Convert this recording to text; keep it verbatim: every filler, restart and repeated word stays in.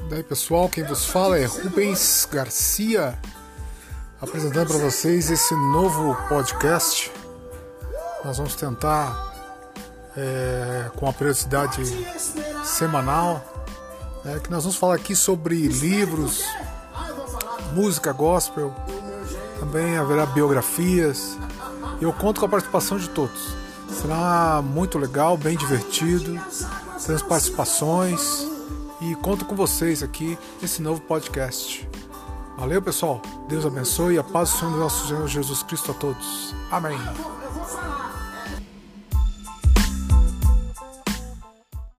Daí pessoal, quem vos fala é Rubens Garcia, apresentando para vocês esse novo podcast. Nós vamos tentar é, com a periodicidade semanal, é, que nós vamos falar aqui sobre livros, música gospel, também haverá biografias. Eu conto com a participação de todos. Será muito legal, bem divertido, teremos participações e conto com vocês aqui nesse novo podcast. Valeu, pessoal. Deus abençoe e a paz do Senhor nosso Senhor Jesus Cristo a todos. Amém.